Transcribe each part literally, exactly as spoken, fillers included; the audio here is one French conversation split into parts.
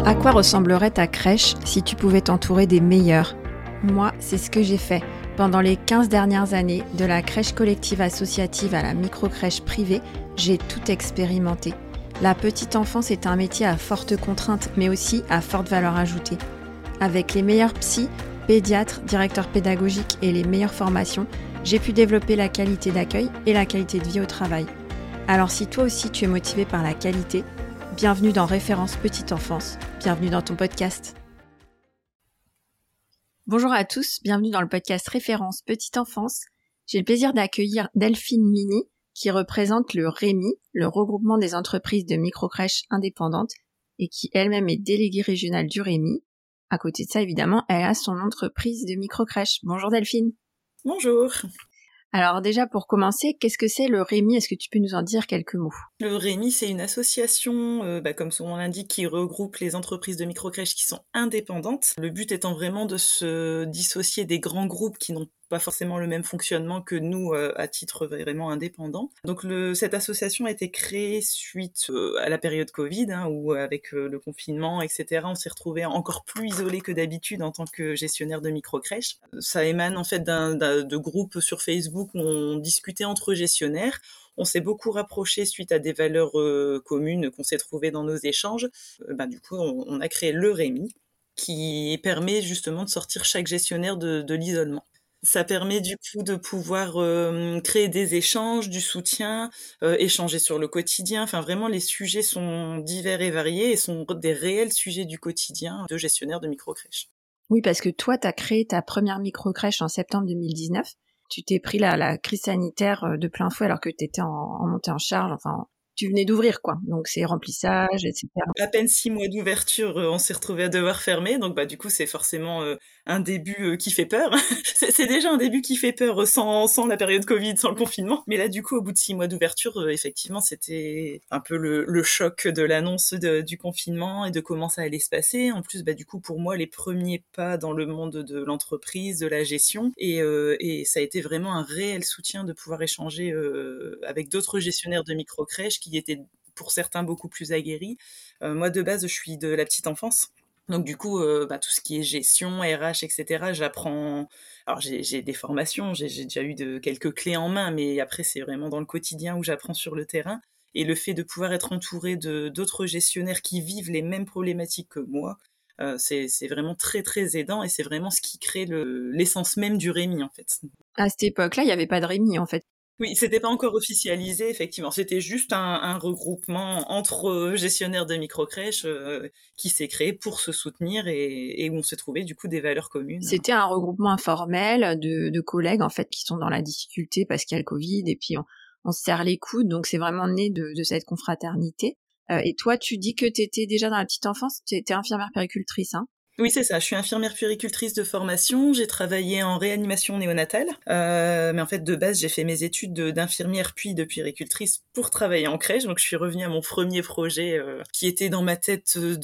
À quoi ressemblerait ta crèche si tu pouvais t'entourer des meilleurs ? Moi, c'est ce que j'ai fait. Pendant les quinze dernières années, de la crèche collective associative à la micro-crèche privée, j'ai tout expérimenté. La petite enfance est un métier à forte contrainte, mais aussi à forte valeur ajoutée. Avec les meilleurs psys, pédiatres, directeurs pédagogiques et les meilleures formations, j'ai pu développer la qualité d'accueil et la qualité de vie au travail. Alors si toi aussi tu es motivé par la qualité, bienvenue dans Référence Petite Enfance, bienvenue dans ton podcast. Bonjour à tous, bienvenue dans le podcast Référence Petite Enfance. J'ai le plaisir d'accueillir Delphine Mini, qui représente le REMI, le regroupement des entreprises de microcrèches indépendantes, et qui elle-même est déléguée régionale du REMI. À côté de ça, évidemment, elle a son entreprise de microcrèche. Bonjour Delphine. Bonjour. Alors déjà, pour commencer, qu'est-ce que c'est le REMI ? Est-ce que tu peux nous en dire quelques mots ? Le REMI, c'est une association, euh, bah, comme son nom l'indique, qui regroupe les entreprises de microcrèches qui sont indépendantes. Le but étant vraiment de se dissocier des grands groupes qui n'ont pas forcément le même fonctionnement que nous euh, à titre vraiment indépendant. Donc le, cette association a été créée suite euh, à la période Covid, hein, où avec euh, le confinement, et cetera, on s'est retrouvés encore plus isolés que d'habitude en tant que gestionnaire de microcrèches. Ça émane en fait d'un, d'un de groupes sur Facebook où on discutait entre gestionnaires. On s'est beaucoup rapproché suite à des valeurs euh, communes qu'on s'est trouvées dans nos échanges. Euh, ben, du coup, on, on a créé le REMI, qui permet justement de sortir chaque gestionnaire de, de l'isolement. Ça permet du coup de pouvoir euh, créer des échanges, du soutien, euh, échanger sur le quotidien. Enfin, vraiment, les sujets sont divers et variés et sont des réels sujets du quotidien de gestionnaires de microcrèches. Oui, parce que toi, tu as créé ta première microcrèche en septembre deux mille dix-neuf. Tu t'es pris la, la crise sanitaire de plein fouet alors que tu étais en, en montée en charge. Enfin, tu venais d'ouvrir, quoi. Donc, c'est remplissage, et cetera. À peine six mois d'ouverture, euh, on s'est retrouvé à devoir fermer. Donc, bah, du coup, c'est forcément euh, un début euh, qui fait peur. c'est, c'est déjà un début qui fait peur euh, sans, sans la période Covid, sans le confinement. Mais là, du coup, au bout de six mois d'ouverture, euh, effectivement, c'était un peu le, le choc de l'annonce de, du confinement et de comment ça allait se passer. En plus, bah, du coup, pour moi, les premiers pas dans le monde de l'entreprise, de la gestion. Et, euh, et ça a été vraiment un réel soutien de pouvoir échanger euh, avec d'autres gestionnaires de microcrèches qui étaient pour certains beaucoup plus aguerris. Euh, moi, de base, je suis de la petite enfance. Donc du coup, euh, bah, tout ce qui est gestion, R H, et cetera, j'apprends... Alors j'ai, j'ai des formations, j'ai, j'ai déjà eu de, quelques clés en main, mais après, c'est vraiment dans le quotidien où j'apprends sur le terrain. Et le fait de pouvoir être entouré de, d'autres gestionnaires qui vivent les mêmes problématiques que moi, euh, c'est, c'est vraiment très, très aidant et c'est vraiment ce qui crée le, l'essence même du REMI, en fait. À cette époque-là, il n'y avait pas de REMI, en fait. Oui, c'était pas encore officialisé, effectivement. C'était juste un, un regroupement entre gestionnaires de microcrèches euh, qui s'est créé pour se soutenir et, et où on s'est trouvé du coup des valeurs communes. C'était un regroupement informel de, de collègues en fait qui sont dans la difficulté parce qu'il y a le Covid et puis on, on se serre les coudes. Donc c'est vraiment né de, de cette confraternité. Euh, et toi, tu dis que tu étais déjà dans la petite enfance, tu étais infirmière puéricultrice, hein ? Oui, c'est ça. Je suis infirmière puéricultrice de formation. J'ai travaillé en réanimation néonatale. Euh, mais en fait, de base, j'ai fait mes études de, d'infirmière puis de puéricultrice pour travailler en crèche. Donc, je suis revenue à mon premier projet euh, qui était dans ma tête euh,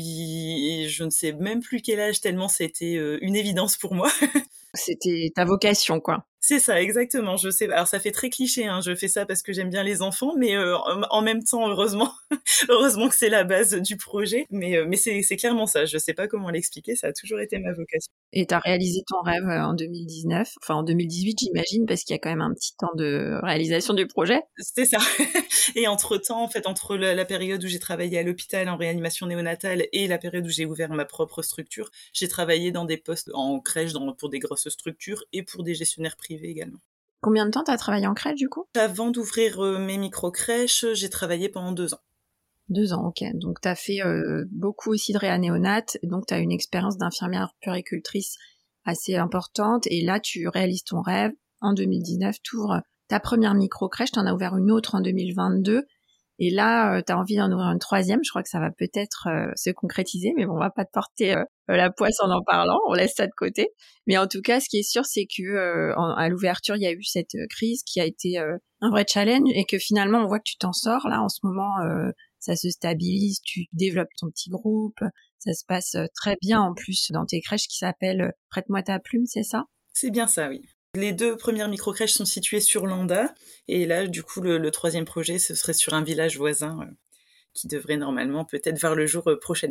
depuis je ne sais même plus quel âge, tellement c'était euh, une évidence pour moi. C'était ta vocation, quoi. C'est ça, exactement. Je sais. Alors ça fait très cliché, hein. Je fais ça parce que j'aime bien les enfants, mais euh, en même temps, heureusement, heureusement que c'est la base du projet. Mais euh, mais c'est c'est clairement ça. Je sais pas comment l'expliquer. Ça a toujours été ma vocation. Et t'as réalisé ton rêve en deux mille dix-neuf, enfin en deux mille dix-huit, j'imagine, parce qu'il y a quand même un petit temps de réalisation du projet. C'est ça. Et entre temps, en fait, entre la, la période où j'ai travaillé à l'hôpital en réanimation néonatale et la période où j'ai ouvert ma propre structure, j'ai travaillé dans des postes en crèche, dans, pour des grosses structures et pour des gestionnaires privés également. Combien de temps t'as travaillé en crèche, du coup ? Avant d'ouvrir euh, mes micro-crèches, j'ai travaillé pendant deux ans. Deux ans, ok. Donc t'as fait euh, beaucoup aussi de réa néonate, donc t'as une expérience d'infirmière puéricultrice assez importante, et là tu réalises ton rêve. En deux mille dix-neuf, t'ouvres ta première micro-crèche, t'en as ouvert une autre en deux mille vingt-deux, et là euh, t'as envie d'en ouvrir une troisième. Je crois que ça va peut-être euh, se concrétiser, mais bon, on va pas te porter euh, la poisse en en parlant, on laisse ça de côté. Mais en tout cas, ce qui est sûr, c'est que euh, en, à l'ouverture, il y a eu cette euh, crise qui a été euh, un vrai challenge, et que finalement, on voit que tu t'en sors. Là, en ce moment, euh, ça se stabilise, tu développes ton petit groupe, ça se passe très bien en plus dans tes crèches qui s'appellent « Prête-moi ta plume », c'est ça ? C'est bien ça, oui. Les deux premières micro-crèches sont situées sur Landa, et là, du coup, le, le troisième projet, ce serait sur un village voisin euh, qui devrait normalement peut-être voir le jour euh, prochainement.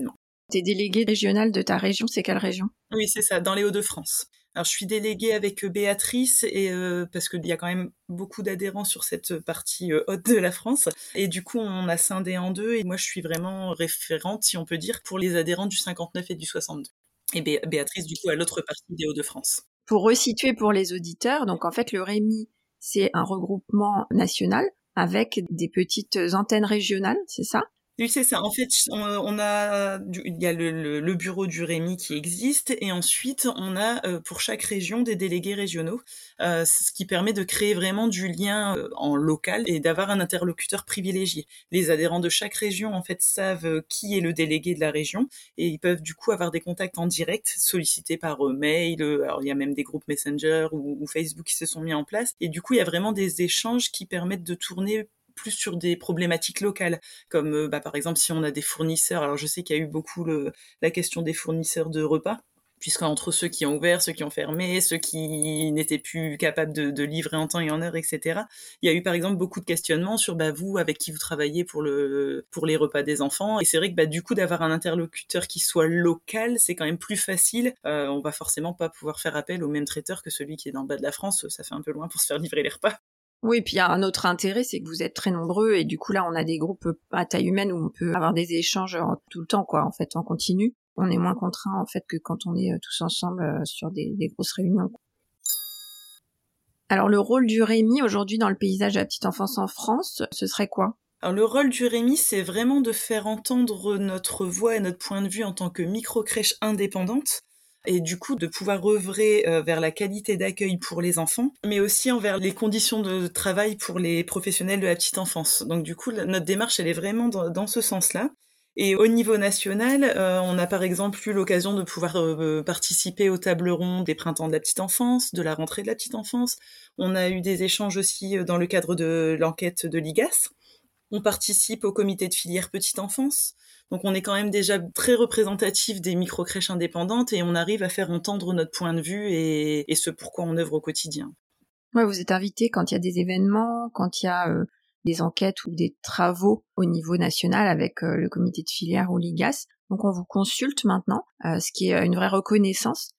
T'es déléguée régionale de ta région, c'est quelle région? Oui, c'est ça, dans les Hauts-de-France. Alors, je suis déléguée avec Béatrice et euh, parce qu'il y a quand même beaucoup d'adhérents sur cette partie euh, haute de la France. Et du coup, on a scindé en deux et moi, je suis vraiment référente, si on peut dire, pour les adhérents du cinquante-neuf et du soixante-deux. Et Bé- Béatrice, du coup, à l'autre partie des Hauts-de-France. Pour resituer pour les auditeurs, donc en fait, le Rémi, c'est un regroupement national avec des petites antennes régionales, c'est ça? Oui, c'est ça. En fait, on, on a, du- il y a le, le- le bureau du Rémi qui existe, et ensuite on a euh, pour chaque région des délégués régionaux, euh, ce qui permet de créer vraiment du lien euh, en local et d'avoir un interlocuteur privilégié. Les adhérents de chaque région en fait savent euh, qui est le délégué de la région, et ils peuvent du coup avoir des contacts en direct, sollicités par euh, mail. euh, Alors il y a même des groupes Messenger ou, ou Facebook qui se sont mis en place, et du coup il y a vraiment des échanges qui permettent de tourner plus sur des problématiques locales, comme euh, bah, par exemple si on a des fournisseurs. Alors je sais qu'il y a eu beaucoup le, la question des fournisseurs de repas, puisqu'entre ceux qui ont ouvert, ceux qui ont fermé, ceux qui n'étaient plus capables de, de livrer en temps et en heure, et cetera. Il y a eu par exemple beaucoup de questionnements sur bah, vous, avec qui vous travaillez pour, le, pour les repas des enfants. Et c'est vrai que bah, du coup, d'avoir un interlocuteur qui soit local, c'est quand même plus facile. Euh, on va forcément pas pouvoir faire appel au même traiteur que celui qui est dans le bas de la France. Ça fait un peu loin pour se faire livrer les repas. Oui, puis il y a un autre intérêt, c'est que vous êtes très nombreux et du coup là on a des groupes à taille humaine où on peut avoir des échanges tout le temps, quoi, en fait, en continu. On est moins contraint en fait que quand on est tous ensemble sur des, des grosses réunions. Alors le rôle du Rémi aujourd'hui dans le paysage de la petite enfance en France, ce serait quoi? Alors le rôle du Rémi, c'est vraiment de faire entendre notre voix et notre point de vue en tant que micro-crèche indépendante, et du coup de pouvoir œuvrer euh, vers la qualité d'accueil pour les enfants, mais aussi envers les conditions de travail pour les professionnels de la petite enfance. Donc du coup, notre démarche, elle est vraiment dans, dans ce sens-là. Et au niveau national, euh, on a par exemple eu l'occasion de pouvoir euh, participer aux tables rondes des printemps de la petite enfance, de la rentrée de la petite enfance. On a eu des échanges aussi dans le cadre de l'enquête de l'I G A S. On participe au comité de filière petite enfance. Donc on est quand même déjà très représentatif des micro-crèches indépendantes et on arrive à faire entendre notre point de vue et, et ce pourquoi on œuvre au quotidien. Ouais, vous êtes invité quand il y a des événements, quand il y a euh, des enquêtes ou des travaux au niveau national avec euh, le comité de filière ou l'I G A S. Donc on vous consulte maintenant, euh, ce qui est une vraie reconnaissance.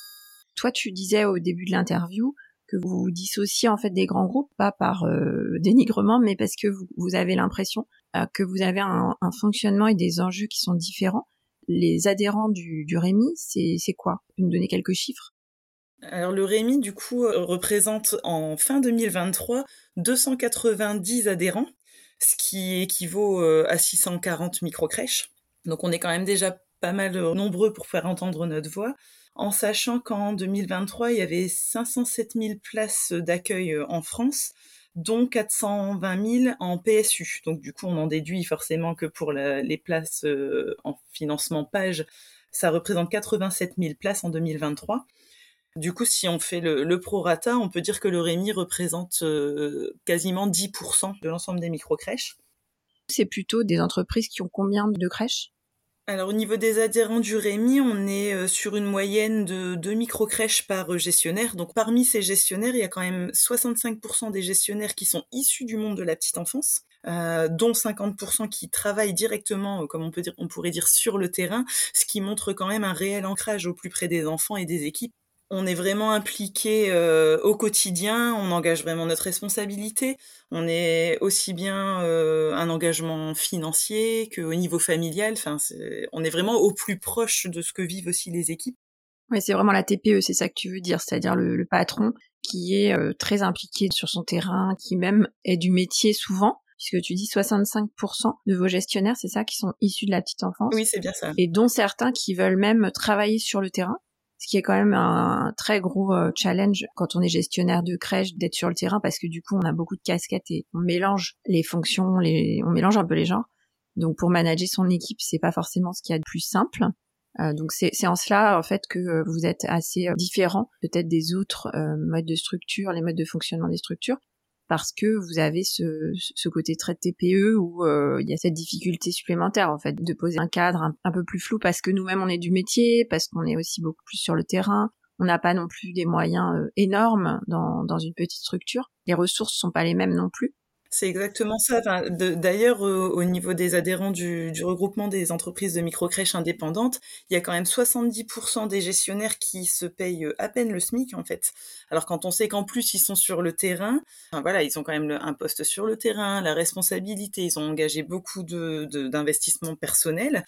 Toi, tu disais au début de l'interview que vous vous dissociez en fait des grands groupes, pas par euh, dénigrement, mais parce que vous, vous avez l'impression euh, que vous avez un, un fonctionnement et des enjeux qui sont différents. Les adhérents du, du Rémi, c'est, c'est quoi? Tu peux me donner quelques chiffres? Alors le Rémi, du coup, représente en fin deux mille vingt-trois deux cent quatre-vingt-dix adhérents, ce qui équivaut à six cent quarante micro-crèches. Donc on est quand même déjà pas mal nombreux pour faire entendre notre voix, en sachant qu'en deux mille vingt-trois, il y avait cinq cent sept mille places d'accueil en France, dont quatre cent vingt mille en P S U. Donc du coup, on en déduit forcément que pour la, les places en financement page, ça représente quatre-vingt-sept mille places en deux mille vingt-trois. Du coup, si on fait le, le prorata, on peut dire que le Rémi représente euh, quasiment dix pour cent de l'ensemble des micro-crèches. C'est plutôt des entreprises qui ont combien de crèches? Alors au niveau des adhérents du Rémi, on est sur une moyenne de deux micro-crèches par gestionnaire. Donc parmi ces gestionnaires, il y a quand même soixante-cinq pour cent des gestionnaires qui sont issus du monde de la petite enfance, euh, dont cinquante pour cent qui travaillent directement, comme on peut dire, on pourrait dire, sur le terrain, ce qui montre quand même un réel ancrage au plus près des enfants et des équipes. On est vraiment impliqué euh, au quotidien, on engage vraiment notre responsabilité. On est aussi bien euh, un engagement financier qu'au niveau familial. Enfin, c'est, on est vraiment au plus proche de ce que vivent aussi les équipes. Oui, c'est vraiment la T P E, c'est ça que tu veux dire, c'est-à-dire le, le patron qui est euh, très impliqué sur son terrain, qui même est du métier souvent, puisque tu dis soixante-cinq pour cent de vos gestionnaires, c'est ça, qui sont issus de la petite enfance. Oui, c'est bien ça. Et dont certains qui veulent même travailler sur le terrain. Ce qui est quand même un très gros challenge quand on est gestionnaire de crèche, d'être sur le terrain, parce que du coup, on a beaucoup de casquettes et on mélange les fonctions, les... on mélange un peu les genres. Donc, pour manager son équipe, c'est pas forcément ce qu'il y a de plus simple. Euh, donc, c'est, c'est en cela, en fait, que vous êtes assez différent, peut-être des autres euh, modes de structure, les modes de fonctionnement des structures, parce que vous avez ce, ce côté très T P E où euh, il y a cette difficulté supplémentaire en fait de poser un cadre un, un peu plus flou parce que nous-mêmes on est du métier, parce qu'on est aussi beaucoup plus sur le terrain, on n'a pas non plus des moyens euh, énormes dans, dans une petite structure, les ressources sont pas les mêmes non plus. C'est exactement ça. Enfin, de- d'ailleurs, euh, au niveau des adhérents du, du regroupement des entreprises de microcrèches indépendantes, il y a quand même soixante-dix pour cent des gestionnaires qui se payent euh, à peine le SMIC, en fait. Alors quand on sait qu'en plus ils sont sur le terrain, enfin, voilà, ils ont quand même le- un poste sur le terrain, la responsabilité, ils ont engagé beaucoup de, de- d'investissements personnels,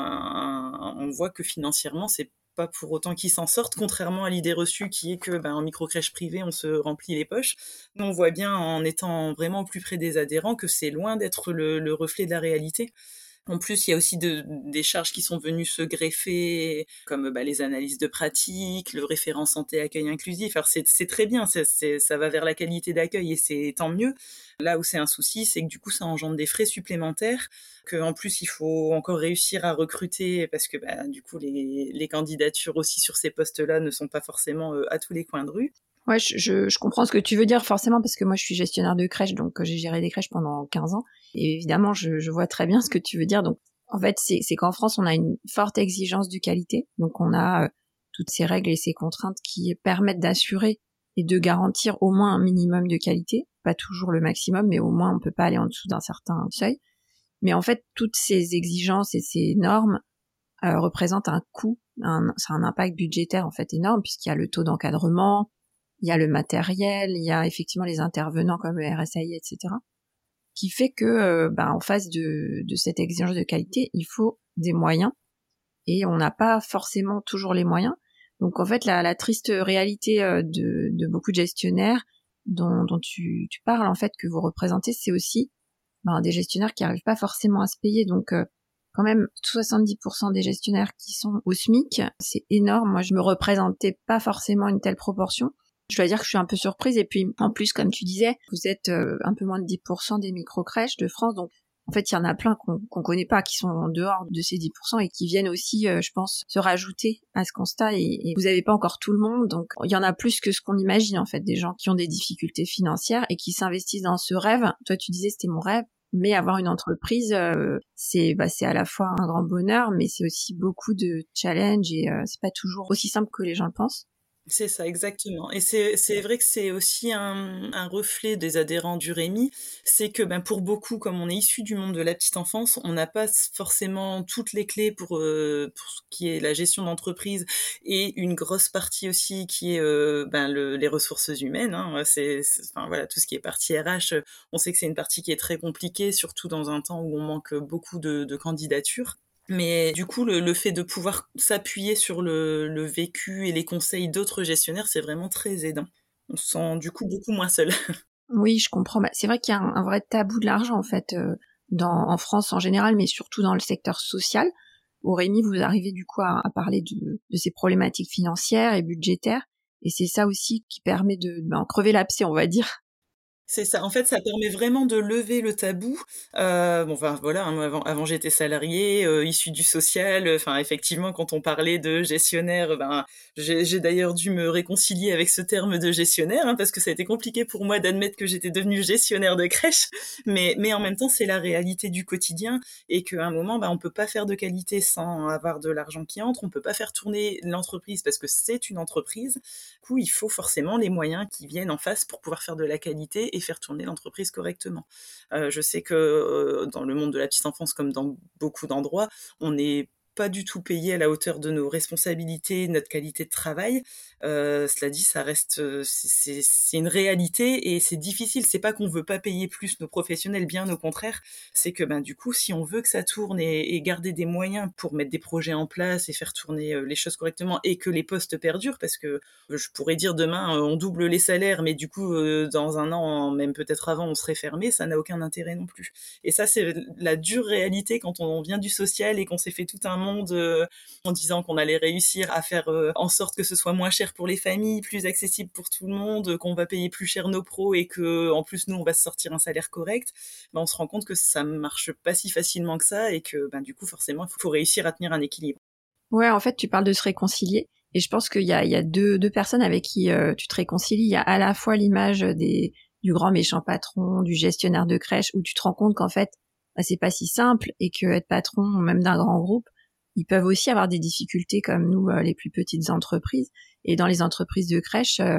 ben, on voit que financièrement, c'est pas pour autant qu'ils s'en sortent, contrairement à l'idée reçue qui est que ben, en microcrèche privée, on se remplit les poches. Nous, on voit bien en étant vraiment au plus près des adhérents que c'est loin d'être le, le reflet de la réalité. En plus, il y a aussi de, des charges qui sont venues se greffer, comme bah, les analyses de pratique, le référent santé accueil inclusif. Alors c'est, c'est très bien, c'est, c'est, ça va vers la qualité d'accueil et c'est tant mieux. Là où c'est un souci, c'est que du coup, ça engendre des frais supplémentaires, qu'en plus, il faut encore réussir à recruter, parce que bah, du coup, les, les candidatures aussi sur ces postes-là ne sont pas forcément euh, à tous les coins de rue. Ouais, je, je, je comprends ce que tu veux dire forcément parce que moi je suis gestionnaire de crèche, donc euh, j'ai géré des crèches pendant quinze ans. Et évidemment, je, je vois très bien ce que tu veux dire. Donc en fait, c'est, c'est qu'en France, on a une forte exigence de qualité. Donc on a euh, toutes ces règles et ces contraintes qui permettent d'assurer et de garantir au moins un minimum de qualité. Pas toujours le maximum, mais au moins on peut pas aller en dessous d'un certain seuil. Mais en fait, toutes ces exigences et ces normes euh, représentent un coût, un, c'est un impact budgétaire en fait énorme puisqu'il y a le taux d'encadrement, il y a le matériel, il y a effectivement les intervenants comme le R S A I, et cetera, qui fait que, euh, bah, en face de, de cette exigence de qualité, il faut des moyens, et on n'a pas forcément toujours les moyens. Donc en fait, la, la triste réalité euh, de, de beaucoup de gestionnaires dont, dont tu, tu parles, en fait, que vous représentez, c'est aussi ben, des gestionnaires qui n'arrivent pas forcément à se payer. Donc euh, quand même, soixante-dix pour cent des gestionnaires qui sont au SMIC, c'est énorme. Moi, je me représentais pas forcément une telle proportion. Je dois dire que je suis un peu surprise. Et puis, en plus, comme tu disais, vous êtes euh, un peu moins de dix pour cent des micro-crèches de France. Donc, en fait, il y en a plein qu'on qu'on connaît pas, qui sont en dehors de ces dix pour cent et qui viennent aussi, euh, je pense, se rajouter à ce constat. Et, et vous n'avez pas encore tout le monde. Donc, il y en a plus que ce qu'on imagine, en fait, des gens qui ont des difficultés financières et qui s'investissent dans ce rêve. Toi, tu disais, c'était mon rêve. Mais avoir une entreprise, euh, c'est bah, c'est à la fois un grand bonheur, mais c'est aussi beaucoup de challenges et euh, c'est pas toujours aussi simple que les gens le pensent. C'est ça, exactement. Et c'est c'est vrai que c'est aussi un, un reflet des adhérents du Rémi, c'est que ben pour beaucoup, comme on est issu du monde de la petite enfance, on n'a pas forcément toutes les clés pour euh, pour ce qui est la gestion d'entreprise et une grosse partie aussi qui est euh, ben le, les ressources humaines. Hein. C'est, c'est enfin voilà tout ce qui est partie R H. On sait que c'est une partie qui est très compliquée, surtout dans un temps où on manque beaucoup de, de candidatures. Mais du coup, le, le fait de pouvoir s'appuyer sur le, le vécu et les conseils d'autres gestionnaires, c'est vraiment très aidant. On se sent du coup beaucoup moins seul. Oui, je comprends. Bah, c'est vrai qu'il y a un, un vrai tabou de l'argent en fait euh, dans, en France en général, mais surtout dans le secteur social. Au Rémi, vous arrivez du coup à, à parler de, de ces problématiques financières et budgétaires, et c'est ça aussi qui permet de ben, crever l'abcès, on va dire. C'est ça. En fait, ça permet vraiment de lever le tabou. Euh, bon, enfin voilà. Hein, moi, avant, avant j'étais salarié, euh, issu du social. Enfin, effectivement, quand on parlait de gestionnaire, ben, j'ai, j'ai d'ailleurs dû me réconcilier avec ce terme de gestionnaire, hein, parce que ça a été compliqué pour moi d'admettre que j'étais devenue gestionnaire de crèche. Mais, mais en même temps, c'est la réalité du quotidien et qu'à un moment, ben, on peut pas faire de qualité sans avoir de l'argent qui entre. On peut pas faire tourner l'entreprise parce que c'est une entreprise. Du coup, il faut forcément les moyens qui viennent en face pour pouvoir faire de la qualité et faire tourner l'entreprise correctement. Euh, je sais que euh, dans le monde de la petite enfance, comme dans beaucoup d'endroits, on n'est pas du tout payé à la hauteur de nos responsabilités, notre qualité de travail. Euh, cela dit, ça reste, c'est, c'est, c'est une réalité et c'est difficile. C'est pas qu'on veut pas payer plus nos professionnels, bien au contraire. C'est que ben du coup, si on veut que ça tourne et, et garder des moyens pour mettre des projets en place et faire tourner euh, les choses correctement et que les postes perdurent, parce que euh, je pourrais dire demain euh, on double les salaires, mais du coup euh, dans un an, même peut-être avant, on serait fermé, ça n'a aucun intérêt non plus. Et ça, c'est la dure réalité quand on vient du social et qu'on s'est fait tout un monde euh, en disant qu'on allait réussir à faire euh, en sorte que ce soit moins cher pour les familles, plus accessible pour tout le monde, qu'on va payer plus cher nos pros et que en plus nous on va se sortir un salaire correct. Ben, on se rend compte que ça marche pas si facilement que ça et que ben du coup forcément il faut réussir à tenir un équilibre. Ouais, en fait, tu parles de se réconcilier. Et je pense qu'il y a, il y a deux, deux personnes avec qui euh, tu te réconcilies. Il y a à la fois l'image des, du grand méchant patron, du gestionnaire de crèche, où tu te rends compte qu'en fait, bah, c'est pas si simple et que être patron, même d'un grand groupe, ils peuvent aussi avoir des difficultés comme nous, euh, les plus petites entreprises. Et dans les entreprises de crèche, euh,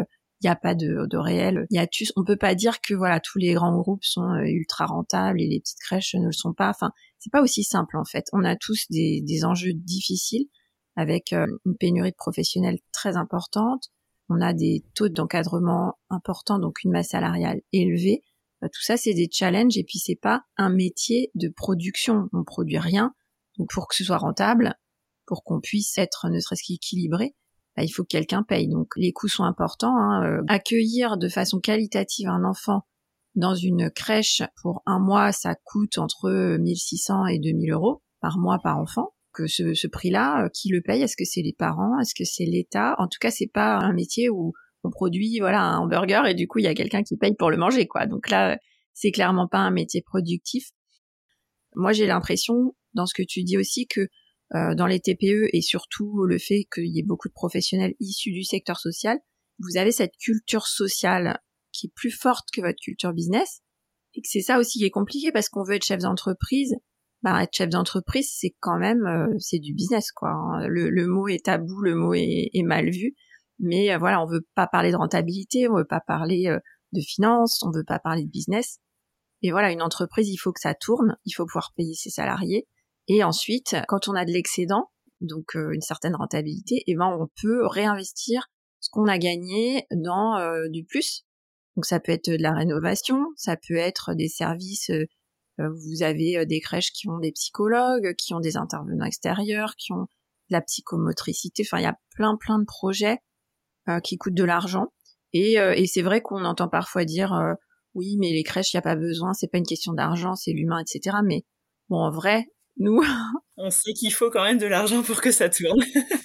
il n'y a pas de, de réel hiatus. On peut pas dire que voilà tous les grands groupes sont euh, ultra rentables et les petites crèches ne le sont pas. Enfin, c'est pas aussi simple en fait. On a tous des, des enjeux difficiles avec euh, une pénurie de professionnels très importante. On a des taux d'encadrement importants, donc une masse salariale élevée. Euh, tout ça, c'est des challenges et puis c'est pas un métier de production. On produit rien. Donc pour que ce soit rentable, pour qu'on puisse être ne serait-ce qu'équilibré, bah, il faut que quelqu'un paye. Donc les coûts sont importants. Hein. Euh, accueillir de façon qualitative un enfant dans une crèche pour un mois, ça coûte entre mille six cents et deux mille euros par mois par enfant. Que ce, ce prix-là, euh, qui le paye? Est-ce que c'est les parents? Est-ce que c'est l'État? En tout cas, c'est pas un métier où on produit voilà un hamburger et du coup il y a quelqu'un qui paye pour le manger, quoi. Donc là, c'est clairement pas un métier productif. Moi, j'ai l'impression, dans ce que tu dis aussi, que euh, dans les T P E et surtout le fait qu'il y ait beaucoup de professionnels issus du secteur social, vous avez cette culture sociale qui est plus forte que votre culture business, et que c'est ça aussi qui est compliqué parce qu'on veut être chef d'entreprise. Bah, être chef d'entreprise, c'est quand même euh, c'est du business, quoi. Le, le mot est tabou, le mot est, est mal vu, mais euh, voilà, on veut pas parler de rentabilité, on veut pas parler euh, de finance, on veut pas parler de business. Et voilà, une entreprise, il faut que ça tourne, il faut pouvoir payer ses salariés. Et ensuite, quand on a de l'excédent, donc euh, une certaine rentabilité, et ben on peut réinvestir ce qu'on a gagné dans euh, du plus. Donc ça peut être de la rénovation, ça peut être des services. Euh, vous avez euh, des crèches qui ont des psychologues, qui ont des intervenants extérieurs, qui ont de la psychomotricité. Enfin, il y a plein plein de projets euh, qui coûtent de l'argent. Et, euh, et c'est vrai qu'on entend parfois dire euh, oui, mais les crèches, il y a pas besoin, c'est pas une question d'argent, c'est l'humain, et cetera. Mais bon, en vrai, nous, on sait qu'il faut quand même de l'argent pour que ça tourne.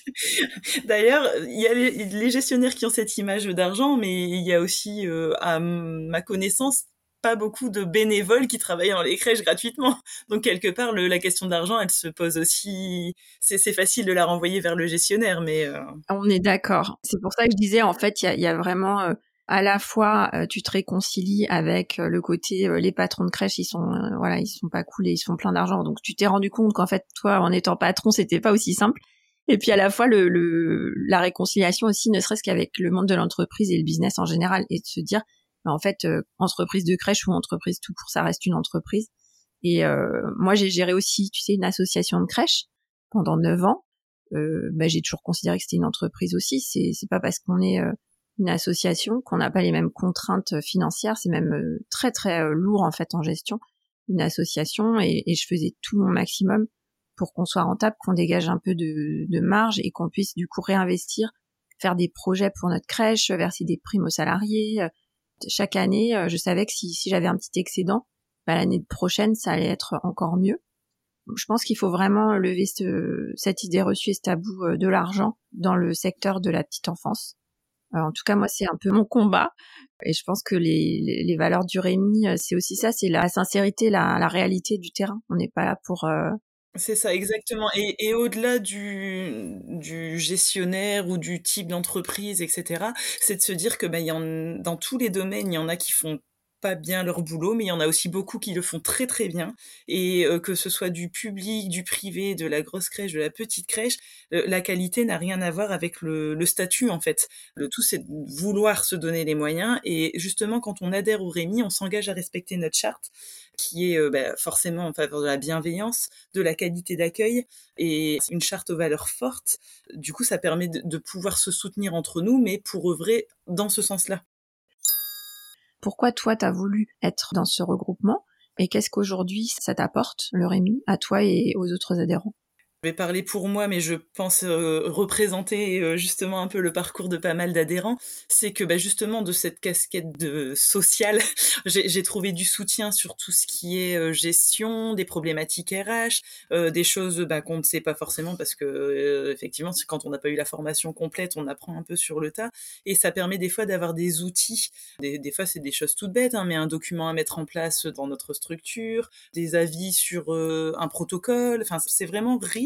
D'ailleurs, il y a les, les gestionnaires qui ont cette image d'argent, mais il y a aussi, euh, à ma connaissance, pas beaucoup de bénévoles qui travaillent dans les crèches gratuitement. Donc quelque part, le, la question d'argent, elle se pose aussi. C'est, c'est facile de la renvoyer vers le gestionnaire, mais euh... on est d'accord. C'est pour ça que je disais, en fait, il y a, y a vraiment euh, à la fois, euh, tu te réconcilies avec euh, le côté, euh, les patrons de crèche, ils sont, euh, voilà, ils sont pas cool et ils se font plein d'argent. Donc tu t'es rendu compte qu'en fait, toi, en étant patron, c'était pas aussi simple. Et puis à la fois, le, le la réconciliation aussi, ne serait-ce qu'avec le monde de l'entreprise et le business en général, et de se dire, bah, en fait, euh, entreprise de crèche ou entreprise tout court, ça reste une entreprise. Et euh, moi, j'ai géré aussi, tu sais, une association de crèche pendant neuf ans. Euh, bah, j'ai toujours considéré que c'était une entreprise aussi. C'est, c'est pas parce qu'on est euh, une association qu'on n'a pas les mêmes contraintes financières. C'est même euh, très très euh, lourd en fait en gestion, une association. Et, et je faisais tout mon maximum pour qu'on soit rentable, qu'on dégage un peu de, de marge et qu'on puisse du coup réinvestir, faire des projets pour notre crèche, verser des primes aux salariés. Chaque année, je savais que si, si j'avais un petit excédent, bah, l'année prochaine, ça allait être encore mieux. Je pense qu'il faut vraiment lever ce, cette idée reçue et ce tabou de l'argent dans le secteur de la petite enfance. Alors, en tout cas, moi, c'est un peu mon combat. Et je pense que les, les, les valeurs du Rémi, c'est aussi ça, c'est la sincérité, la, la réalité du terrain. On n'est pas là pour... Euh... C'est ça, exactement. Et, et au-delà du, du gestionnaire ou du type d'entreprise, et cetera, c'est de se dire que ben, y en, dans tous les domaines, il y en a qui font pas bien leur boulot, mais il y en a aussi beaucoup qui le font très très bien, et euh, que ce soit du public, du privé, de la grosse crèche, de la petite crèche, euh, la qualité n'a rien à voir avec le, le statut en fait. Le tout c'est de vouloir se donner les moyens, et justement quand on adhère au Rémi, on s'engage à respecter notre charte, qui est euh, bah, forcément en faveur de la bienveillance, de la qualité d'accueil, et une charte aux valeurs fortes. Du coup, ça permet de, de pouvoir se soutenir entre nous, mais pour œuvrer dans ce sens-là. Pourquoi toi, t'as voulu être dans ce regroupement et qu'est-ce qu'aujourd'hui ça t'apporte, le Rémi, à toi et aux autres adhérents? Je vais parler pour moi, mais je pense euh, représenter euh, justement un peu le parcours de pas mal d'adhérents. C'est que bah, justement de cette casquette de sociale, j'ai, j'ai trouvé du soutien sur tout ce qui est euh, gestion, des problématiques R H, euh, des choses bah, qu'on ne sait pas forcément parce que euh, effectivement, quand on n'a pas eu la formation complète, on apprend un peu sur le tas. Et ça permet des fois d'avoir des outils. Des, des fois, c'est des choses toutes bêtes, hein, mais un document à mettre en place dans notre structure, des avis sur euh, un protocole. Enfin, c'est vraiment riche.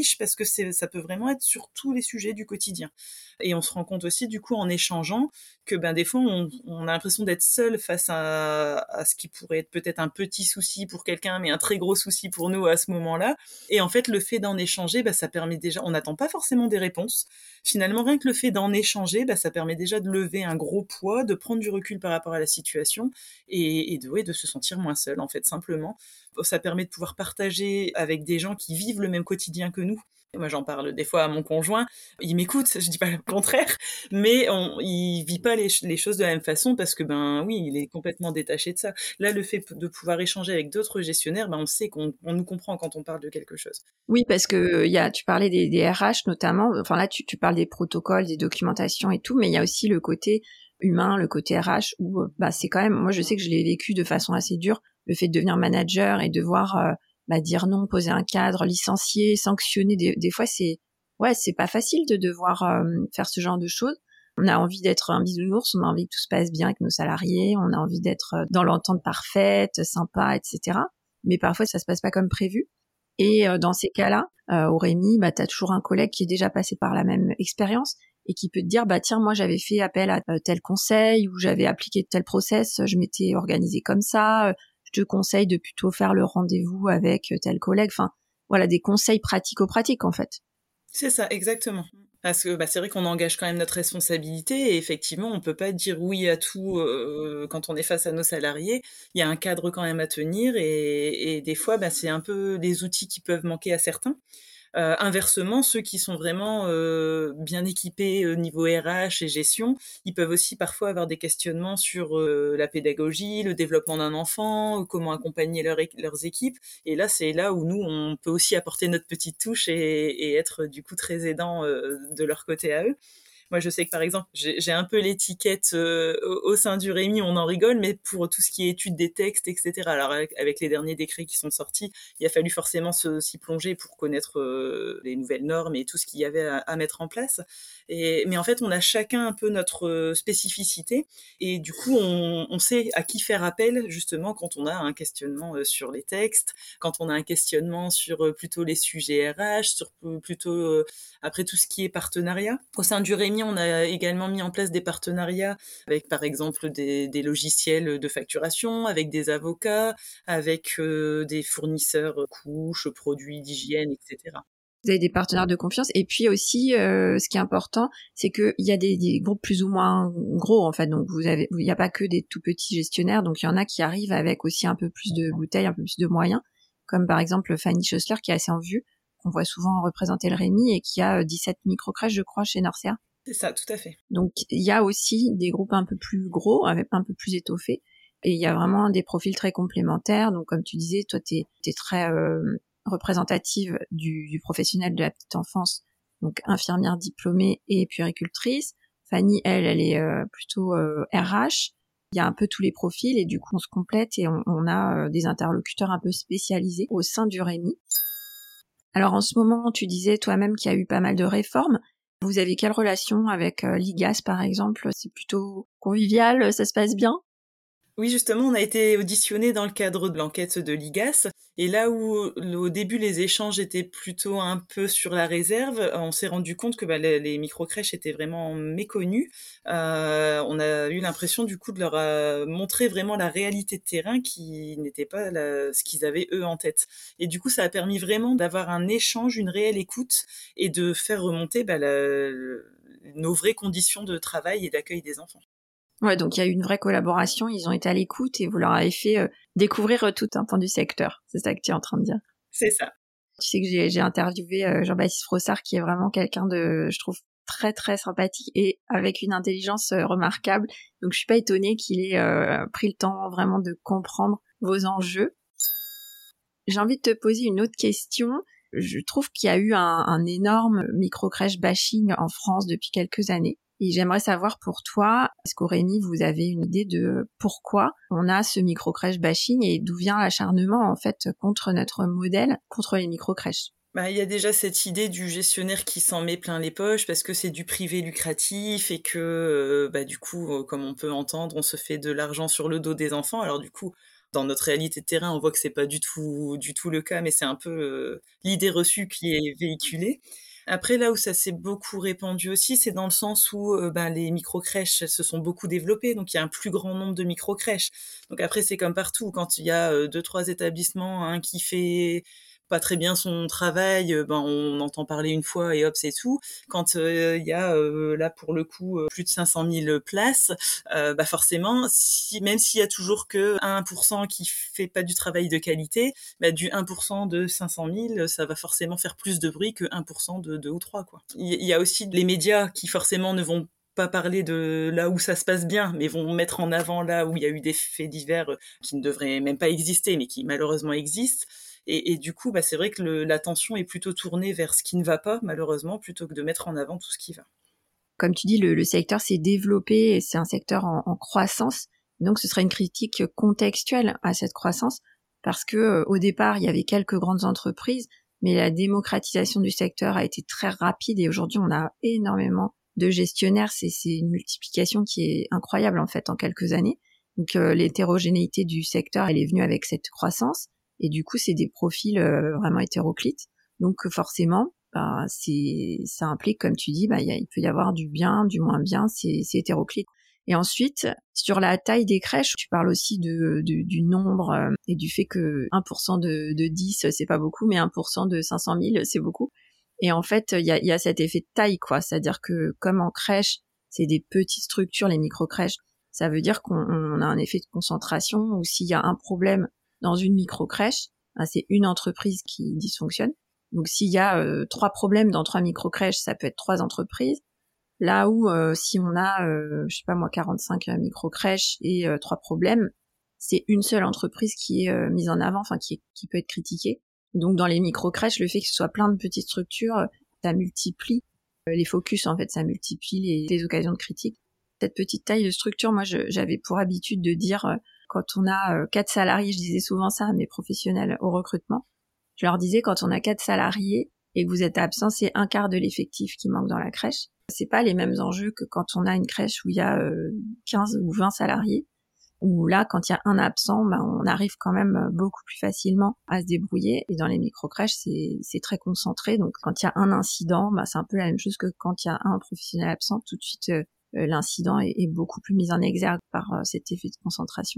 riche parce que c'est, ça peut vraiment être sur tous les sujets du quotidien. Et on se rend compte aussi, du coup, en échangeant, que ben des fois, on, on a l'impression d'être seul face à, à ce qui pourrait être peut-être un petit souci pour quelqu'un, mais un très gros souci pour nous à ce moment-là. Et en fait, le fait d'en échanger, ben, ça permet déjà, on n'attend pas forcément des réponses. Finalement, rien que le fait d'en échanger, ben, ça permet déjà de lever un gros poids, de prendre du recul par rapport à la situation et, et de, ouais, de se sentir moins seul, en fait, simplement. Ça permet de pouvoir partager avec des gens qui vivent le même quotidien que nous. Moi, j'en parle des fois à mon conjoint. Il m'écoute, je dis pas le contraire, mais on, il vit pas les, les choses de la même façon parce que, ben oui, il est complètement détaché de ça. Là, le fait de pouvoir échanger avec d'autres gestionnaires, ben on sait qu'on on nous comprend quand on parle de quelque chose. Oui, parce que il y a, tu parlais des, des R H notamment. Enfin là, tu, tu parles des protocoles, des documentations et tout, mais il y a aussi le côté humain, le côté R H où bah c'est quand même. Moi, je sais que je l'ai vécu de façon assez dure, le fait de devenir manager et devoir euh, bah, dire non, poser un cadre, licencier, sanctionner. Des, des fois, c'est ouais, c'est pas facile de devoir euh, faire ce genre de choses. On a envie d'être un bisounours, on a envie que tout se passe bien avec nos salariés, on a envie d'être dans l'entente parfaite, sympa, et cetera. Mais parfois, ça se passe pas comme prévu. Et euh, dans ces cas-là, euh, au Rémi, bah, tu as toujours un collègue qui est déjà passé par la même expérience et qui peut te dire, bah tiens, moi j'avais fait appel à euh, tel conseil ou j'avais appliqué tel process, je m'étais organisée comme ça, euh, je te conseille de plutôt faire le rendez-vous avec tel collègue. Enfin, voilà, des conseils pratico-pratiques en fait. C'est ça, exactement. Parce que bah, c'est vrai qu'on engage quand même notre responsabilité et effectivement, on peut pas dire oui à tout euh, quand on est face à nos salariés. Il y a un cadre quand même à tenir et, et des fois, bah, c'est un peu les outils qui peuvent manquer à certains. Euh, inversement, ceux qui sont vraiment euh, bien équipés au niveau R H et gestion, ils peuvent aussi parfois avoir des questionnements sur euh, la pédagogie, le développement d'un enfant, comment accompagner leur, leurs équipes. Et là, c'est là où nous, on peut aussi apporter notre petite touche et, et être du coup très aidant euh, de leur côté à eux. Moi, je sais que par exemple, j'ai, j'ai un peu l'étiquette euh, au, au sein du Rémi, on en rigole, mais pour tout ce qui est étude des textes, et cetera. Alors avec, avec les derniers décrets qui sont sortis, il a fallu forcément se, s'y plonger pour connaître euh, les nouvelles normes et tout ce qu'il y avait à, à mettre en place. Et, mais en fait, on a chacun un peu notre spécificité et du coup, on, on sait à qui faire appel justement quand on a un questionnement euh, sur les textes, quand on a un questionnement sur euh, plutôt les sujets R H, sur plutôt euh, après tout ce qui est partenariat. Au sein du Rémi, on a également mis en place des partenariats avec, par exemple, des, des logiciels de facturation, avec des avocats, avec euh, des fournisseurs couches, produits d'hygiène, et cetera. Vous avez des partenaires de confiance. Et puis aussi, euh, ce qui est important, c'est qu'il y a des, des groupes plus ou moins gros, en fait. Donc, vous avez, il n'y a pas que des tout petits gestionnaires. Donc, il y en a qui arrivent avec aussi un peu plus de bouteilles, un peu plus de moyens. Comme par exemple Fanny Schoessler, qui est assez en vue, qu'on voit souvent représenter le Rémi et qui a dix-sept microcrèches, je crois, chez Norcia. C'est ça, tout à fait. Donc, il y a aussi des groupes un peu plus gros, avec un peu plus étoffés. Et il y a vraiment des profils très complémentaires. Donc, comme tu disais, toi, t'es, t'es très euh, représentative du, du professionnel de la petite enfance, donc infirmière diplômée et puéricultrice. Fanny, elle, elle est euh, plutôt euh, R H. Il y a un peu tous les profils et du coup, on se complète et on, on a euh, des interlocuteurs un peu spécialisés au sein du Rémi. Alors, en ce moment, tu disais toi-même qu'il y a eu pas mal de réformes. Vous avez quelle relation avec euh, l'I G A S, par exemple? C'est plutôt convivial, ça se passe bien? Oui, justement, on a été auditionné dans le cadre de l'enquête de l'I G A S. Et là où, au début, les échanges étaient plutôt un peu sur la réserve, on s'est rendu compte que bah, les, les microcrèches étaient vraiment méconnues. Euh, on a eu l'impression, du coup, de leur euh, montrer vraiment la réalité de terrain qui n'était pas la, ce qu'ils avaient, eux, en tête. Et du coup, ça a permis vraiment d'avoir un échange, une réelle écoute et de faire remonter bah, la, nos vraies conditions de travail et d'accueil des enfants. Ouais, donc il y a eu une vraie collaboration, ils ont été à l'écoute et vous leur avez fait euh, découvrir euh, tout un pan du secteur. C'est ça que tu es en train de dire. C'est ça. Tu sais que j'ai, j'ai interviewé euh, Jean-Baptiste Frossard, qui est vraiment quelqu'un de, je trouve, très très sympathique et avec une intelligence euh, remarquable. Donc je suis pas étonnée qu'il ait euh, pris le temps vraiment de comprendre vos enjeux. J'ai envie de te poser une autre question. Je trouve qu'il y a eu un, un énorme microcrèche bashing en France depuis quelques années. Et j'aimerais savoir pour toi, est-ce qu'au Rémi, vous avez une idée de pourquoi on a ce microcrèche bashing et d'où vient l'acharnement en fait contre notre modèle, contre les microcrèches? Bah, il y a déjà cette idée du gestionnaire qui s'en met plein les poches parce que c'est du privé lucratif et que euh, bah, du coup, euh, comme on peut entendre, on se fait de l'argent sur le dos des enfants. Alors du coup, Dans notre réalité de terrain, on voit que c'est pas du tout, du tout le cas, mais c'est un peu euh, l'idée reçue qui est véhiculée. Après, là où ça s'est beaucoup répandu aussi, c'est dans le sens où euh, ben, les micro-crèches se sont beaucoup développées, donc il y a un plus grand nombre de micro-crèches. Donc après, c'est comme partout, quand il y a euh, deux, trois établissements, un qui fait pas très bien son travail, euh, ben on entend parler une fois et hop, c'est tout. Quand il euh, y a euh, là pour le coup euh, plus de cinq cent mille places, euh, bah forcément, si, même s'il y a toujours que un pour cent qui fait pas du travail de qualité, bah du un pour cent de cinq cent mille, ça va forcément faire plus de bruit que un pour cent de deux ou trois, quoi. Il y a aussi les médias qui forcément ne vont pas parler de là où ça se passe bien, mais vont mettre en avant là où il y a eu des faits divers qui ne devraient même pas exister, mais qui malheureusement existent. Et, et du coup, bah, c'est vrai que le, l'attention est plutôt tournée vers ce qui ne va pas, malheureusement, plutôt que de mettre en avant tout ce qui va. Comme tu dis, le, le secteur s'est développé et c'est un secteur en, en croissance. Donc, ce serait une critique contextuelle à cette croissance parce que euh, au départ, il y avait quelques grandes entreprises, mais la démocratisation du secteur a été très rapide et aujourd'hui, on a énormément de gestionnaires. C'est, c'est une multiplication qui est incroyable en fait en quelques années. Donc, euh, l'hétérogénéité du secteur, elle est venue avec cette croissance. Et du coup, c'est des profils euh, vraiment hétéroclites. Donc forcément, bah, c'est, ça implique, comme tu dis, bah, y a, il peut y avoir du bien, du moins bien, c'est, c'est hétéroclite. Et ensuite, sur la taille des crèches, tu parles aussi de, de du nombre euh, et du fait que un pour cent de, de dix, c'est pas beaucoup, mais un pour cent de cinq cent mille, c'est beaucoup. Et en fait, il y a, y a cet effet de taille, quoi. C'est-à-dire que comme en crèche, c'est des petites structures, les micro-crèches, ça veut dire qu'on on a un effet de concentration où s'il y a un problème dans une micro-crèche, hein, c'est une entreprise qui dysfonctionne. Donc s'il y a euh, trois problèmes dans trois micro-crèches, ça peut être trois entreprises. Là où euh, si on a, euh, je sais pas moi, quarante-cinq euh, micro-crèches et euh, trois problèmes, c'est une seule entreprise qui est euh, mise en avant, enfin qui, est, qui peut être critiquée. Donc dans les micro-crèches, le fait que ce soit plein de petites structures, ça multiplie euh, les focus, en fait, ça multiplie les, les occasions de critique. Cette petite taille de structure, moi je, j'avais pour habitude de dire... Euh, quand on a euh, quatre salariés, je disais souvent ça à mes professionnels au recrutement, je leur disais quand on a quatre salariés et que vous êtes absent, c'est un quart de l'effectif qui manque dans la crèche. C'est pas les mêmes enjeux que quand on a une crèche où il y a euh, quinze ou vingt salariés, où là, quand il y a un absent, bah, on arrive quand même beaucoup plus facilement à se débrouiller. Et dans les micro-crèches, c'est, c'est très concentré. Donc quand il y a un incident, bah, c'est un peu la même chose que quand il y a un professionnel absent, tout de suite, euh, l'incident est, est beaucoup plus mis en exergue par euh, cet effet de concentration.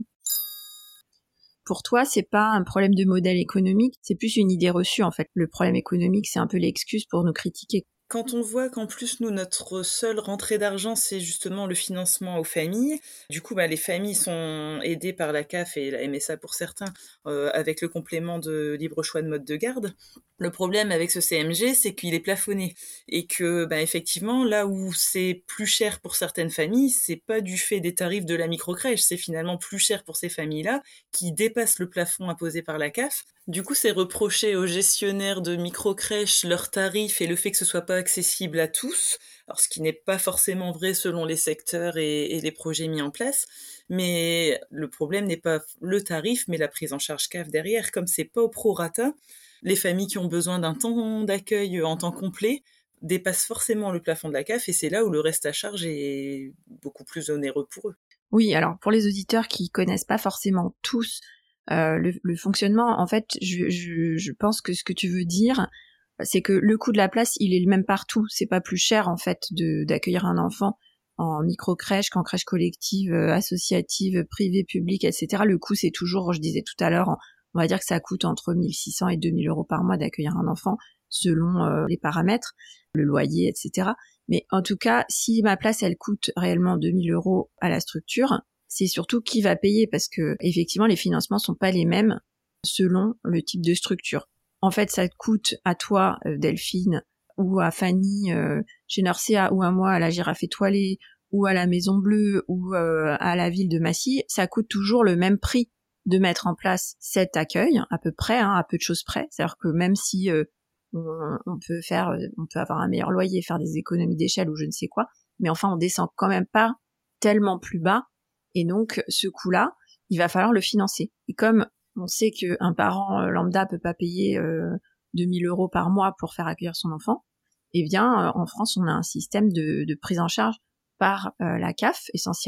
Pour toi, c'est pas un problème de modèle économique, c'est plus une idée reçue en fait. Le problème économique, c'est un peu l'excuse pour nous critiquer. Quand on voit qu'en plus, nous, notre seule rentrée d'argent, c'est justement le financement aux familles, du coup, bah, les familles sont aidées par la C A F et la M S A pour certains, euh, avec le complément de libre choix de mode de garde. Le problème avec ce C M G, c'est qu'il est plafonné et que, bah, effectivement, là où c'est plus cher pour certaines familles, c'est pas du fait des tarifs de la microcrèche, c'est finalement plus cher pour ces familles-là qui dépassent le plafond imposé par la C A F. Du coup, c'est reprocher aux gestionnaires de microcrèches leurs tarifs et le fait que ce soit pas accessible à tous, alors ce qui n'est pas forcément vrai selon les secteurs et, et les projets mis en place, mais le problème n'est pas le tarif, mais la prise en charge C A F derrière. Comme c'est pas au prorata, les familles qui ont besoin d'un temps d'accueil en temps complet dépassent forcément le plafond de la C A F et c'est là où le reste à charge est beaucoup plus onéreux pour eux. Oui, alors pour les auditeurs qui connaissent pas forcément tous euh, le, le fonctionnement, en fait, je, je, je pense que ce que tu veux dire, c'est que le coût de la place, il est le même partout. C'est pas plus cher, en fait, de, d'accueillir un enfant en micro-crèche qu'en crèche collective, euh, associative, privée, publique, et cetera. Le coût, c'est toujours, je disais tout à l'heure, on va dire que ça coûte entre mille six cents et deux mille euros par mois d'accueillir un enfant, selon euh, les paramètres, le loyer, et cetera. Mais en tout cas, si ma place, elle coûte réellement deux mille euros à la structure, c'est surtout qui va payer, parce que effectivement, les financements sont pas les mêmes selon le type de structure. En fait, ça te coûte à toi, euh, Delphine, ou à Fanny, euh, chez Nurséa, ou à moi, à la Girafe étoilée, ou à la Maison Bleue, ou euh, à la ville de Massy, ça coûte toujours le même prix de mettre en place cet accueil, à peu près, hein, à peu de choses près. C'est-à-dire que même si euh, on, on peut faire, on peut avoir un meilleur loyer, faire des économies d'échelle ou je ne sais quoi, mais enfin, on descend quand même pas tellement plus bas. Et donc, ce coût-là, il va falloir le financer. Et comme on sait qu'un parent lambda peut pas payer euh, deux mille euros par mois pour faire accueillir son enfant, eh bien, euh, en France, on a un système de, de prise en charge par euh, la C A F, essentiellement,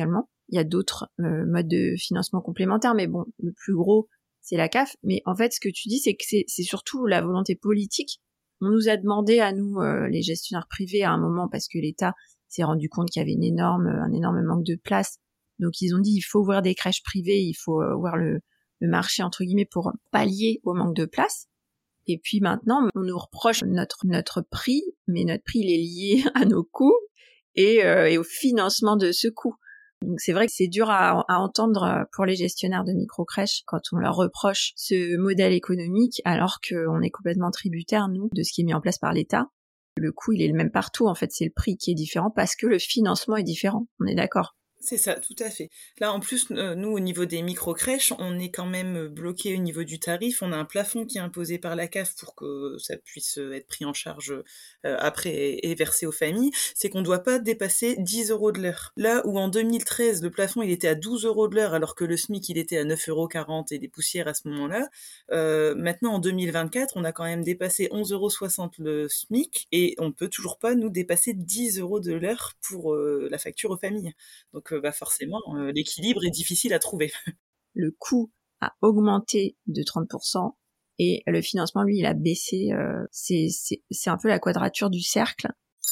Il y a d'autres euh, modes de financement complémentaires, mais bon, le plus gros, c'est la C A F. Mais en fait, ce que tu dis, c'est que c'est, c'est surtout la volonté politique. On nous a demandé à nous, euh, les gestionnaires privés, à un moment, parce que l'État s'est rendu compte qu'il y avait une énorme, un énorme manque de place. Donc ils ont dit, il faut ouvrir des crèches privées, il faut euh, ouvrir le, le marché, entre guillemets, pour pallier au manque de place. Et puis maintenant, on nous reproche notre, notre prix, mais notre prix, il est lié à nos coûts et, euh, et au financement de ce coût. Donc c'est vrai que c'est dur à, à entendre pour les gestionnaires de microcrèches quand on leur reproche ce modèle économique, alors qu'on est complètement tributaire, nous, de ce qui est mis en place par l'État. Le coût, il est le même partout, en fait, c'est le prix qui est différent parce que le financement est différent, on est d'accord. C'est ça, tout à fait. Là, en plus, euh, nous, au niveau des micro-crèches, on est quand même bloqué au niveau du tarif. On a un plafond qui est imposé par la C A F pour que ça puisse être pris en charge euh, après et, et versé aux familles. C'est qu'on ne doit pas dépasser dix euros de l'heure. Là où en deux mille treize, le plafond, il était à douze euros de l'heure, alors que le SMIC, il était à neuf euros quarante et des poussières à ce moment-là. Euh, maintenant, en deux mille vingt-quatre, on a quand même dépassé onze euros soixante le SMIC et on ne peut toujours pas, nous, dépasser dix euros de l'heure pour euh, la facture aux familles. Donc, bah forcément, euh, l'équilibre est difficile à trouver. Le coût a augmenté de trente pour cent et le financement, lui, il a baissé. Euh, c'est, c'est, c'est un peu la quadrature du cercle.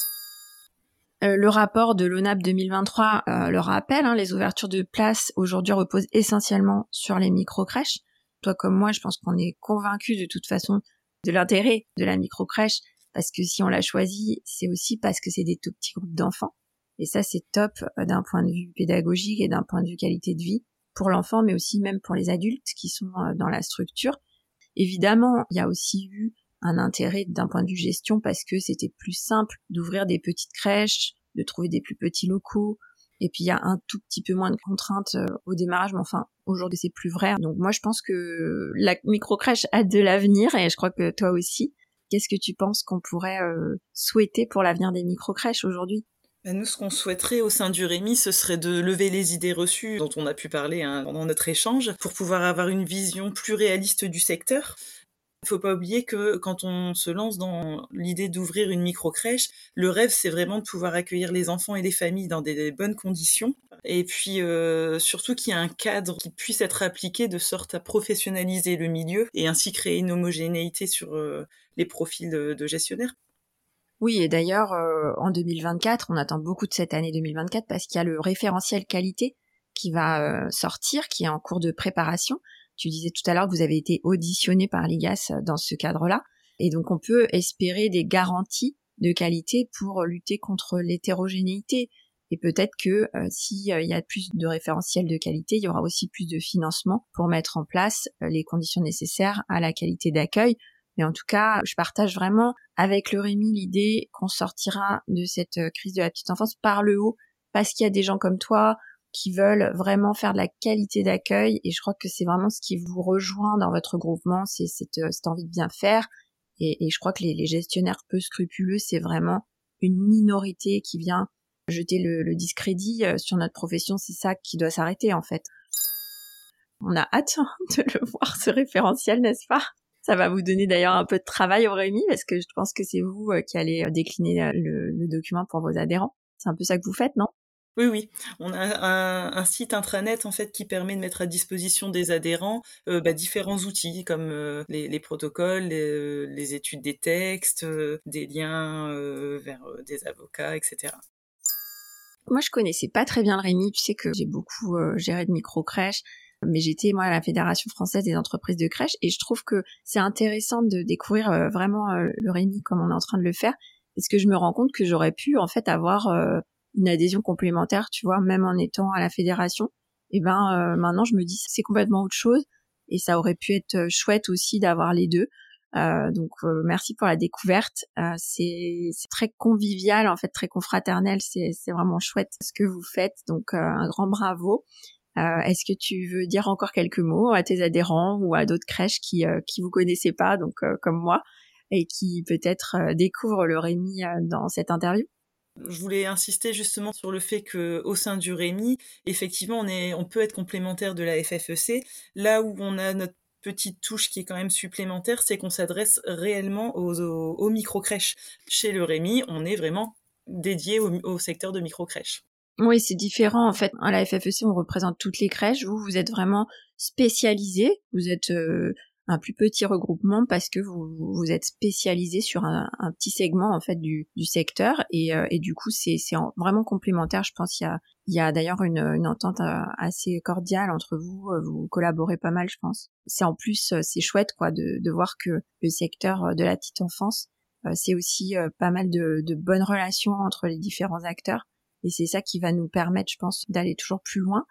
Euh, le rapport de l'O N A P deux mille vingt-trois euh, le rappelle, hein, les ouvertures de places aujourd'hui reposent essentiellement sur les micro-crèches. Toi comme moi, je pense qu'on est convaincus de toute façon de l'intérêt de la micro-crèche, parce que si on l'a choisi, c'est aussi parce que c'est des tout petits groupes d'enfants. Et ça, c'est top d'un point de vue pédagogique et d'un point de vue qualité de vie pour l'enfant, mais aussi même pour les adultes qui sont dans la structure. Évidemment, il y a aussi eu un intérêt d'un point de vue gestion parce que c'était plus simple d'ouvrir des petites crèches, de trouver des plus petits locaux. Et puis, il y a un tout petit peu moins de contraintes au démarrage, mais enfin, aujourd'hui, c'est plus vrai. Donc, moi, je pense que la microcrèche a de l'avenir et je crois que toi aussi. Qu'est-ce que tu penses qu'on pourrait euh, souhaiter pour l'avenir des microcrèches aujourd'hui ? Nous, ce qu'on souhaiterait au sein du Rémi, ce serait de lever les idées reçues dont on a pu parler hein, pendant notre échange pour pouvoir avoir une vision plus réaliste du secteur. Il ne faut pas oublier que quand on se lance dans l'idée d'ouvrir une micro-crèche, le rêve, c'est vraiment de pouvoir accueillir les enfants et les familles dans des bonnes conditions. Et puis, euh, surtout qu'il y ait un cadre qui puisse être appliqué de sorte à professionnaliser le milieu et ainsi créer une homogénéité sur euh, les profils de, de gestionnaires. Oui, et d'ailleurs, euh, en deux mille vingt-quatre, on attend beaucoup de cette année deux mille vingt-quatre parce qu'il y a le référentiel qualité qui va euh, sortir, qui est en cours de préparation. Tu disais tout à l'heure que vous avez été auditionné par l'I G A S dans ce cadre-là. Et donc, on peut espérer des garanties de qualité pour lutter contre l'hétérogénéité. Et peut-être que euh, s'il y a plus de référentiels de qualité, il y aura aussi plus de financement pour mettre en place euh, les conditions nécessaires à la qualité d'accueil. Mais en tout cas, je partage vraiment avec le Rémi l'idée qu'on sortira de cette crise de la petite enfance par le haut, parce qu'il y a des gens comme toi qui veulent vraiment faire de la qualité d'accueil, et je crois que c'est vraiment ce qui vous rejoint dans votre groupement, c'est cette, cette envie de bien faire, et, et je crois que les, les gestionnaires peu scrupuleux, c'est vraiment une minorité qui vient jeter le, le discrédit sur notre profession, c'est ça qui doit s'arrêter en fait. On a hâte de le voir, ce référentiel, n'est-ce pas ? Ça va vous donner d'ailleurs un peu de travail au Rémi, parce que je pense que c'est vous qui allez décliner le, le document pour vos adhérents. C'est un peu ça que vous faites, non ? Oui, oui. On a un, un site intranet en fait qui permet de mettre à disposition des adhérents euh, bah, différents outils comme euh, les, les protocoles, les, les études des textes, euh, des liens euh, vers euh, des avocats, et cetera. Moi, je connaissais pas très bien le Rémi. Tu sais que j'ai beaucoup euh, géré de micro-crèches. Mais j'étais, moi, à la Fédération française des entreprises de crèches, et je trouve que c'est intéressant de découvrir euh, vraiment euh, le Rémi comme on est en train de le faire, parce que je me rends compte que j'aurais pu, en fait, avoir euh, une adhésion complémentaire, tu vois, même en étant à la Fédération. Et ben, euh, maintenant, je me dis, c'est complètement autre chose, et ça aurait pu être chouette aussi d'avoir les deux. Euh, donc, euh, merci pour la découverte. Euh, c'est, c'est très convivial, en fait, très confraternel. C'est, c'est vraiment chouette ce que vous faites, donc euh, un grand bravo. Euh, est-ce que tu veux dire encore quelques mots à tes adhérents ou à d'autres crèches qui euh, qui vous connaissaient pas, donc euh, comme moi, et qui peut-être euh, découvrent le Rémi euh, dans cette interview ? Je voulais insister justement sur le fait que au sein du Rémi, effectivement, on est, on peut être complémentaire de la F F E C. Là où on a notre petite touche qui est quand même supplémentaire, c'est qu'on s'adresse réellement aux, aux, aux micro-crèches. Chez le Rémi, on est vraiment dédié au, au secteur de micro-crèches. Oui, c'est différent en fait. À la F F E C, on représente toutes les crèches. Vous, vous êtes vraiment spécialisé. Vous êtes euh, un plus petit regroupement parce que vous vous êtes spécialisé sur un, un petit segment en fait du, du secteur et, euh, et du coup c'est c'est vraiment complémentaire. Je pense qu'il y a il y a d'ailleurs une, une entente assez cordiale entre vous. Vous collaborez pas mal, je pense. C'est en plus c'est chouette quoi de de voir que le secteur de la petite enfance euh, c'est aussi euh, pas mal de, de bonnes relations entre les différents acteurs. Et c'est ça qui va nous permettre, je pense, d'aller toujours plus loin.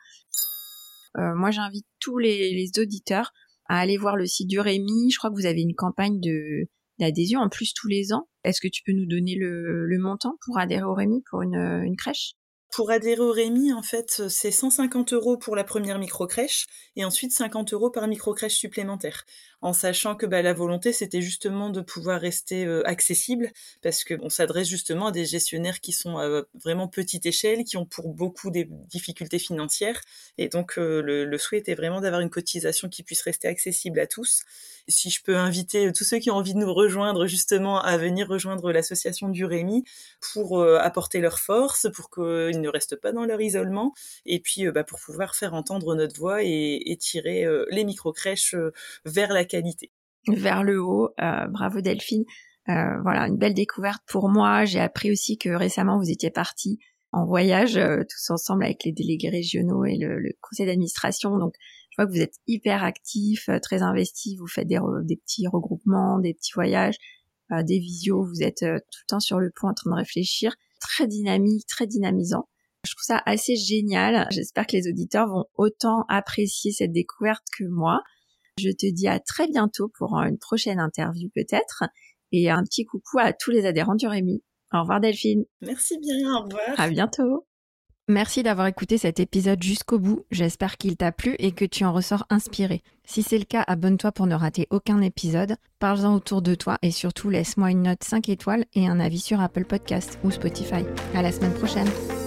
Euh, moi, j'invite tous les, les auditeurs à aller voir le site du Rémi. Je crois que vous avez une campagne de, d'adhésion en plus tous les ans. Est-ce que tu peux nous donner le, le montant pour adhérer au Rémi pour une, une crèche ? Pour adhérer au Rémi, en fait, c'est cent cinquante euros pour la première microcrèche et ensuite cinquante euros par microcrèche supplémentaire. En sachant que bah, la volonté, c'était justement de pouvoir rester euh, accessible parce qu'on s'adresse justement à des gestionnaires qui sont à euh, vraiment petite échelle, qui ont pour beaucoup des difficultés financières. Et donc, euh, le, le souhait était vraiment d'avoir une cotisation qui puisse rester accessible à tous. Si je peux inviter tous ceux qui ont envie de nous rejoindre justement à venir rejoindre l'association du Rémi pour euh, apporter leur force, pour qu'ils ne restent pas dans leur isolement, et puis euh, bah, pour pouvoir faire entendre notre voix et, et tirer euh, les microcrèches euh, vers la qualité. Vers le haut, euh, bravo Delphine. Euh, voilà, une belle découverte pour moi. J'ai appris aussi que récemment vous étiez partis en voyage euh, tous ensemble avec les délégués régionaux et le, le conseil d'administration, donc je vois que vous êtes hyper actifs, euh, très investis, vous faites des, re- des petits regroupements, des petits voyages, euh, des visios, vous êtes euh, tout le temps sur le point en train de réfléchir, très dynamique, très dynamisant. Je trouve ça assez génial. J'espère que les auditeurs vont autant apprécier cette découverte que moi. Je te dis à très bientôt pour une prochaine interview peut-être, et un petit coucou à tous les adhérents du Rémi. Au revoir Delphine. Merci bien, au revoir. À bientôt. Merci d'avoir écouté cet épisode jusqu'au bout. J'espère qu'il t'a plu et que tu en ressors inspiré. Si c'est le cas, abonne-toi pour ne rater aucun épisode. Parle-en autour de toi et surtout laisse-moi une note cinq étoiles et un avis sur Apple Podcast ou Spotify. À la semaine prochaine.